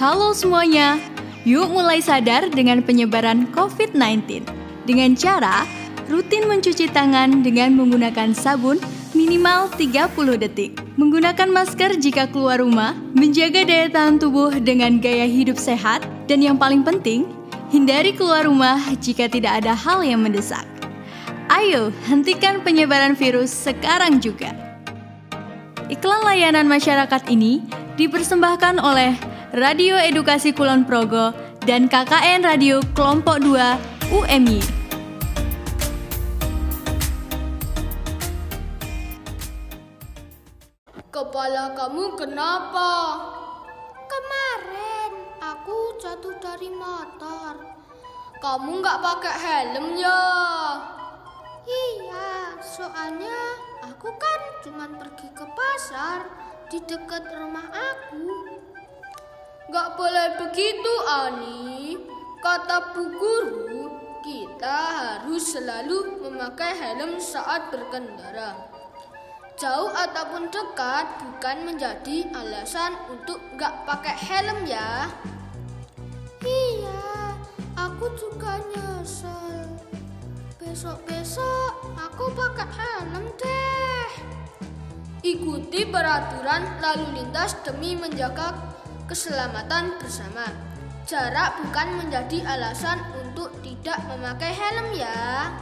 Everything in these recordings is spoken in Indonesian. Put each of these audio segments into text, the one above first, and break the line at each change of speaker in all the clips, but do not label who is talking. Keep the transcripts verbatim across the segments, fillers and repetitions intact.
Halo semuanya, yuk mulai sadar dengan penyebaran covid sembilan belas dengan cara rutin mencuci tangan dengan menggunakan sabun minimal tiga puluh detik. Menggunakan masker jika keluar rumah, menjaga daya tahan tubuh dengan gaya hidup sehat, dan yang paling penting, hindari keluar rumah jika tidak ada hal yang mendesak. Ayo, hentikan penyebaran virus sekarang juga. Iklan layanan masyarakat ini dipersembahkan oleh Radio Edukasi Kulon Progo dan K K N Radio Kelompok dua U M Y.
Kepala kamu kenapa?
Kemarin aku jatuh dari motor.
Kamu nggak pakai helm ya?
Iya, soalnya aku kan cuma pergi ke pasar di dekat rumah aku.
Gak boleh begitu, Ani. Kata Bu Guru, kita harus selalu memakai helm saat berkendara. Jauh ataupun dekat bukan menjadi alasan untuk gak pakai helm ya.
Iya, aku juga nyesel. Besok-besok aku pakai helm deh.
Ikuti peraturan lalu lintas demi menjaga keselamatan bersama. Jarak bukan menjadi alasan untuk tidak memakai helm ya.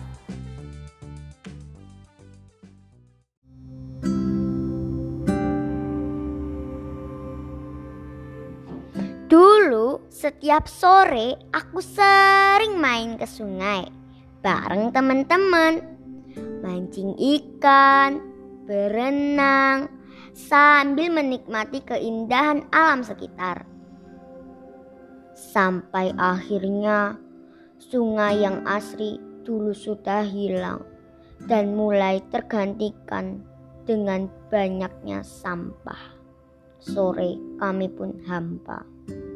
Dulu setiap sore aku sering main ke sungai bareng teman-teman, mancing ikan, berenang, sambil menikmati keindahan alam sekitar. Sampai akhirnya sungai yang asri dulu sudah hilang dan mulai tergantikan dengan banyaknya sampah. Sore kami pun hampa.